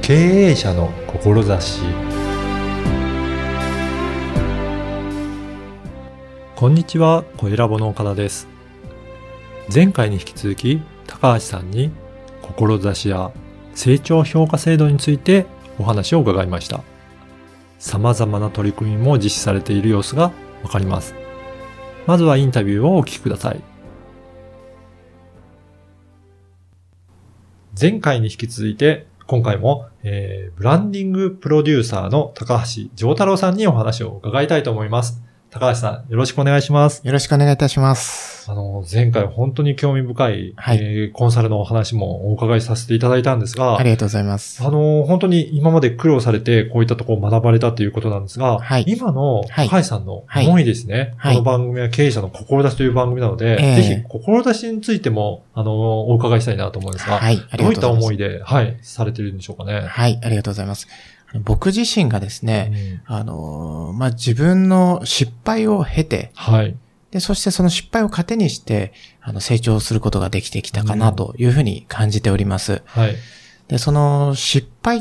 経営者の志。こんにちは、声ラボの岡田です。前回に引き続き高橋さんに志や成長評価制度についてお話を伺いました。様々な取り組みも実施されている様子がわかります。まずはインタビューをお聞きください。前回に引き続いて今回も、ブランディングプロデューサーの高橋丈太郎さんにお話を伺いたいと思います。高橋さん、よろしくお願いします。 よろしくお願いいたします。 前回本当に興味深い、コンサルのお話もお伺いさせていただいたんですが、 ありがとうございます。 本当に今まで苦労されてこういったところを学ばれたということなんですが、今の高橋さんの思いですね、この番組は経営者の志という番組なので、ぜひ志についてもお伺いしたいなと思うんですが、どういった思いで、されているんでしょうかね。 はい、ありがとうございます。僕自身がですね、自分の失敗を経て、で、そしてその失敗を糧にして、成長することができてきたかなというふうに感じております。で、その失敗って、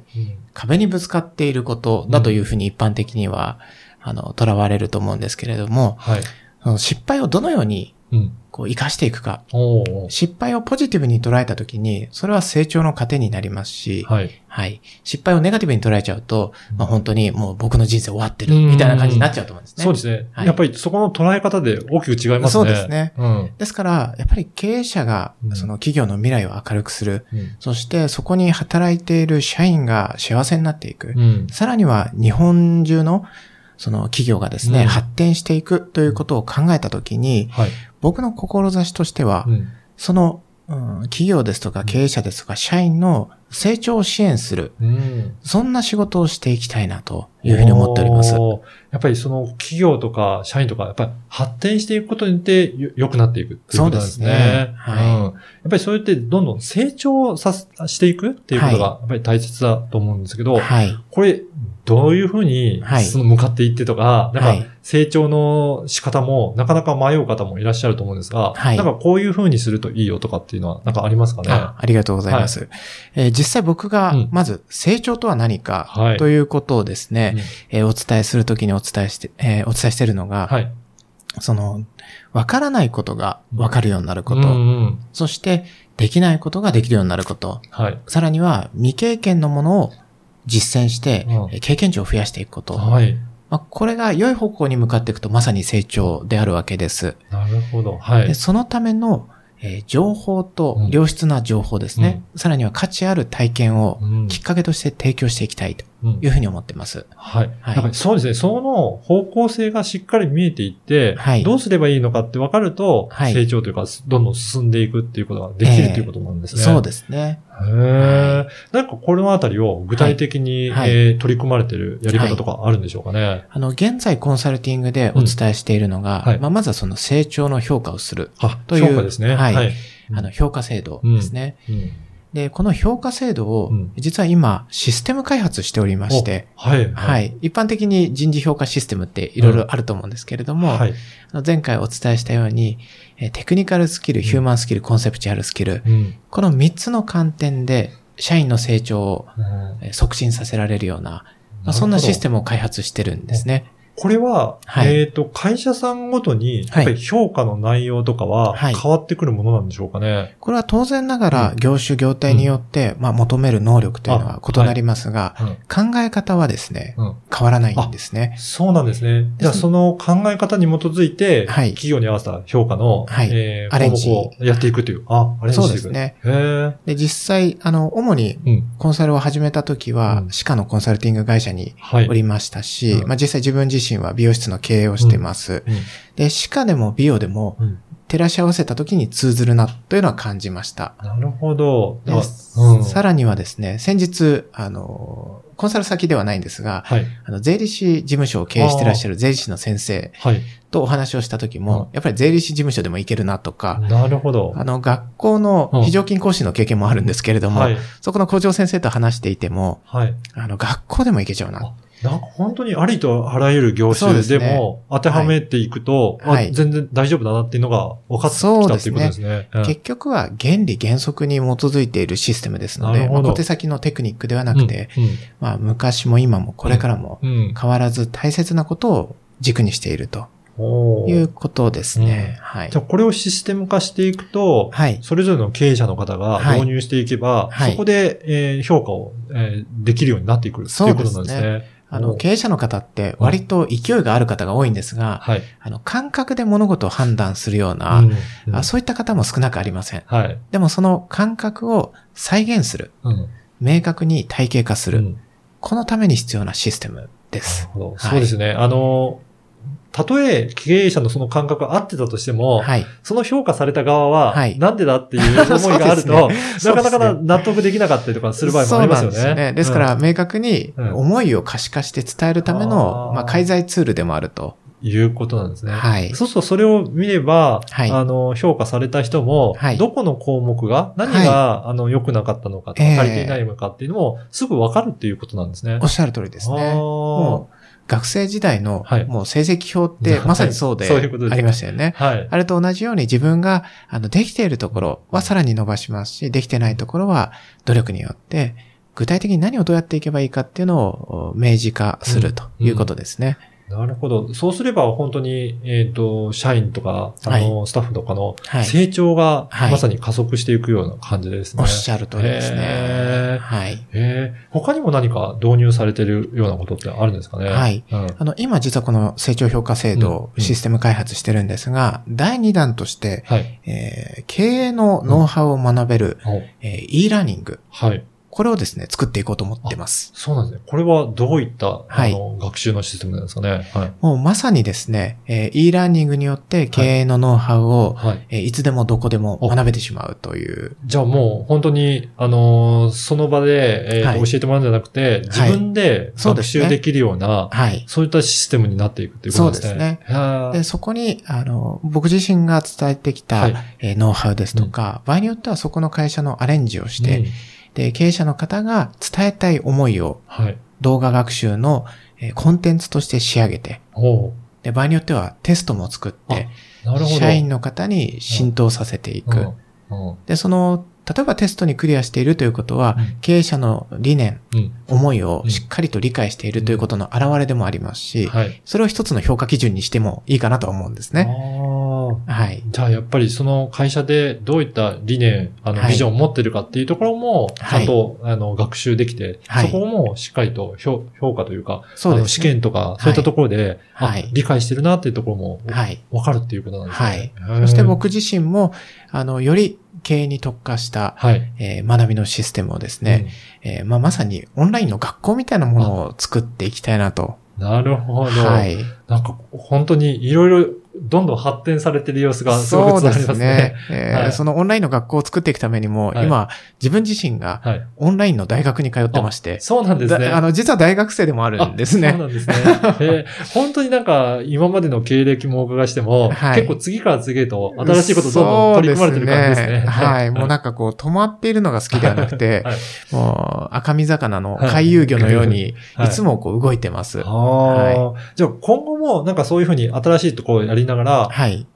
壁にぶつかっていることだというふうに一般的には、捉われると思うんですけれども、その失敗をどのように、生かしていくか。失敗をポジティブに捉えたときに、それは成長の糧になりますし、失敗をネガティブに捉えちゃうと、本当にもう僕の人生終わってるみたいな感じになっちゃうと思うんですね。 そうですね。やっぱりそこの捉え方で大きく違いますね。 そうですね。ですから、やっぱり経営者がその企業の未来を明るくする。そしてそこに働いている社員が幸せになっていく。さらには日本中のその企業がですね、発展していくということを考えたときに、僕の志としては、その、企業ですとか経営者ですとか社員の成長を支援する、そんな仕事をしていきたいなというふうに思っております。 やっぱりその企業とか社員とかやっぱり発展していくことによって良くなっていくっていうことなんですね。 そうですね。 やっぱりそうやってどんどん成長していくっていうことがやっぱり大切だと思うんですけど、これどういうふうに向かっていってとか、なんか成長の仕方もなかなか迷う方もいらっしゃると思うんですが、なんかこういうふうにするといいよとかっていうのはなんかありますかね。 ありがとうございます。実際僕がまず成長とは何かということをですね、お伝えするときにお伝えしているのが、その、わからないことがわかるようになること、そしてできないことができるようになること、さらには未経験のものを実践して、経験値を増やしていくこと。これが良い方向に向かっていくとまさに成長であるわけです。 なるほど。 でそのための情報と良質な情報ですね。さらには価値ある体験をきっかけとして提供していきたいというふうに思っています。 やっぱりそうですね。その方向性がしっかり見えていって、どうすればいいのかって分かると、成長というか、どんどん進んでいくっていうことができるということなんですね。 そうですね。 なんかこのあたりを具体的に取り組まれているやり方とかあるんでしょうかね。 現在コンサルティングでお伝えしているのが、まずはその成長の評価をするという、 評価ですね。 評価制度ですね。で、この評価制度を、実は今、システム開発しておりまして、一般的に人事評価システムっていろいろあると思うんですけれども、前回お伝えしたように、テクニカルスキル、ヒューマンスキル、コンセプチュアルスキル、この3つの観点で、社員の成長を促進させられるような、そんなシステムを開発してるんですね。 これは、会社さんごとに、やっぱり評価の内容とかは変わってくるものなんでしょうかね。 これは当然ながら、業種業態によって、求める能力というのは異なりますが、考え方はですね、変わらないんですね。 そうなんですね。じゃあその考え方に基づいて、企業に合わせた評価の、 アレンジをやっていくという。アレンジしていく。 そうですね。で、実際、主に、コンサルを始めた時は、歯科のコンサルティング会社におりましたし、実際自分自身は美容室の経営をしています。で、歯科でも美容でも、照らし合わせた時に通ずるなというのは感じました。 なるほど。 さらにはですね、先日、コンサル先ではないんですが、税理士事務所を経営していらっしゃる税理士の先生とお話をした時も、やっぱり税理士事務所でもいけるなとか、 なるほど。 学校の非常勤講師の経験もあるんですけれども、そこの校長先生と話していても、学校でもいけちゃうな。 なんか本当にありとあらゆる業種でも当てはめていくと、全然大丈夫だなっていうのが分かってきたっていうことですね。 結局は原理原則に基づいているシステムですので、小手先のテクニックではなくて、昔も今もこれからも変わらず大切なことを軸にしていると。いうことですね。はい。 じゃあこれをシステム化していくと、それぞれの経営者の方が導入していけば、そこで、評価を、できるようになっていくっていうことなんですね。 経営者の方って割と勢いがある方が多いんですが、感覚で物事を判断するような、そういった方も少なくありません。でもその感覚を再現する。明確に体系化する。このために必要なシステムです。 そうですね。たとえ経営者のその感覚が合ってたとしても、その評価された側は、なんでだっていう思いがあると、なかなか納得できなかったりとかする場合もありますよね。 そうなんですね。ですから、明確に思いを可視化して伝えるための、介在ツールでもあると。 いうことなんですね。そうするとそれを見れば、評価された人も、どこの項目が、何が、良くなかったのかとか、足りていないのかっていうのも、すぐわかるっていうことなんですね。 おっしゃる通りですね。学生時代のもう成績表ってまさにそうでありましたよね。あれと同じように自分ができているところはさらに伸ばしますし、できてないところは努力によって具体的に何をどうやっていけばいいかっていうのを明示化するということですね。 なるほど。そうすれば本当に、社員とか、スタッフとかの成長がまさに加速していくような感じですね。 おっしゃる通りですね。 他にも何か導入されているようなことってあるんですかね。 今実はこの成長評価制度、システム開発してるんですが、第2弾として、経営のノウハウを学べる、e ラーニング。これをですね、作っていこうと思っています。 そうなんですね。これはどういった、学習のシステムなんですかね。 もうまさにですね、e ラーニングによって経営のノウハウを、いつでもどこでも学べてしまうという。 じゃあもう本当に、その場で、教えてもらうんじゃなくて、自分で学習できるような、そういったシステムになっていくということですね。 そうですね。で、そこに、僕自身が伝えてきた、ノウハウですとか、場合によってはそこの会社のアレンジをして、で、経営者の方が伝えたい思いを、動画学習のコンテンツとして仕上げて、で、場合によってはテストも作って、社員の方に浸透させていく。で、例えばテストにクリアしているということは、経営者の理念、思いをしっかりと理解しているということの表れでもありますし、それを一つの評価基準にしてもいいかなと思うんですね。 じゃあやっぱりその会社でどういった理念、ビジョンを持っているかっていうところも、ちゃんと、学習できて、そこもしっかりと評価というか、試験とか、そういったところで、理解してるなっていうところも、わかるっていうことなんですね。 そして僕自身も、より経営に特化した、学びのシステムをですね、まさにオンラインの学校みたいなものを作っていきたいなと。 なるほど。なんか本当にいろいろどんどん発展されている様子がすごく伝わりますね。 そうですね。そのオンラインの学校を作っていくためにも、今、自分自身がオンラインの大学に通ってまして。 そうなんですね。 実は大学生でもあるんですね。 そうなんですね。本当になんか、今までの経歴もお伺いしても、結構次から次へと新しいことどんどん取り組まれてる感じですね。 もうなんかこう、止まっているのが好きではなくて、もう赤身魚の回遊魚のように、いつもこう動いてます。じゃあ今後もなんかそういうふうに新しいところをやりながら、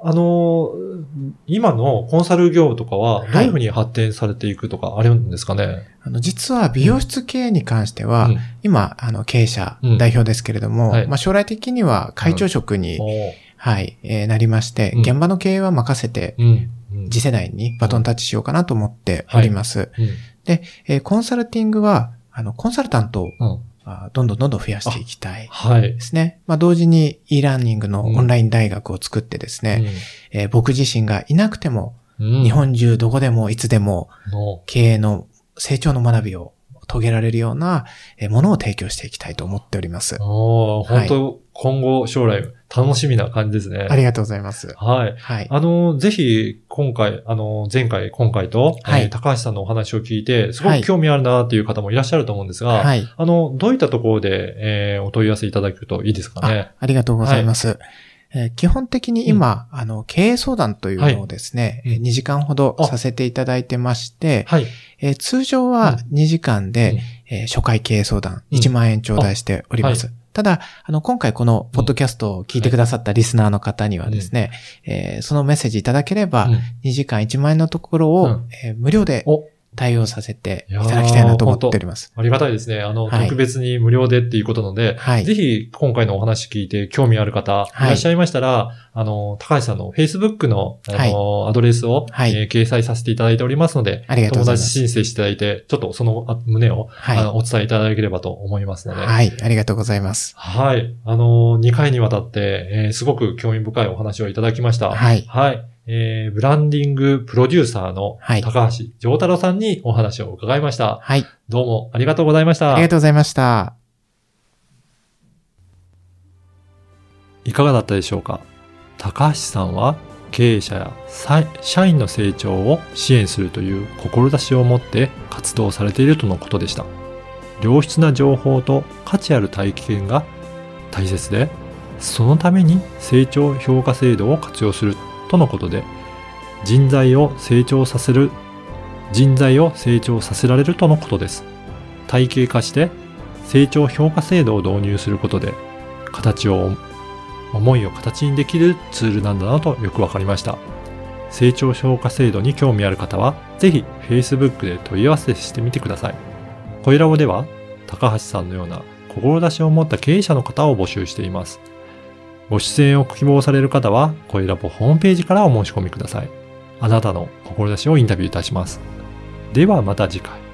今のコンサル業務とかはどういうふうに発展されていくとかあるんですかね。 実は美容室経営に関しては、今、経営者代表ですけれども、将来的には会長職に、なりまして、現場の経営は任せて、次世代にバトンタッチしようかなと思っております。で、コンサルティングは、コンサルタントをどんどん増やしていきたいですね。同時に e ラーニングのオンライン大学を作ってですね、僕自身がいなくても、日本中どこでもいつでも経営の成長の学びを遂げられるようなものを提供していきたいと思っております。 本当、今後将来楽しみな感じですね。 ありがとうございます。 ぜひ今回、前回、今回と、高橋さんのお話を聞いて、すごく興味あるなっていう方もいらっしゃると思うんですが、どういったところで、お問い合わせいただけるといいですかね。 ありがとうございます。基本的に今、経営相談というのをですね、2時間ほどさせていただいてまして、通常は2時間で、 初回経営相談1万円頂戴しております。はい、ただ、今回このポッドキャストを聞いてくださったリスナーの方にはですね、そのメッセージいただければ、2時間1万円のところを、無料で対応させていただきたいなと思っております。 ありがたいですね。特別に無料でっていうことなので、ぜひ今回のお話聞いて興味ある方いらっしゃいましたら、高橋さんの Facebook の、アドレスを、掲載させていただいておりますので、友達申請していただいて、ちょっとその旨を、お伝えいただければと思いますので。 はい、ありがとうございます。 はい。2回にわたって、すごく興味深いお話をいただきました。はい。はい。ブランディングプロデューサーの高橋丈太郎さんにお話を伺いました。はい。どうもありがとうございました。 ありがとうございました。 いかがだったでしょうか。高橋さんは経営者や社員の成長を支援するという志を持って活動されているとのことでした。良質な情報と価値ある体験が大切で、そのために成長評価制度を活用するとのことで、人材を成長させられるとのことです。体系化して成長評価制度を導入することで、思いを形にできるツールなんだなとよくわかりました。成長評価制度に興味ある方は、ぜひ Facebook で問い合わせしてみてください。コイラボでは、高橋さんのような志を持った経営者の方を募集しています。ご出演を希望される方は、コイラボホームページからお申し込みください。あなたの志をインタビューいたします。ではまた次回。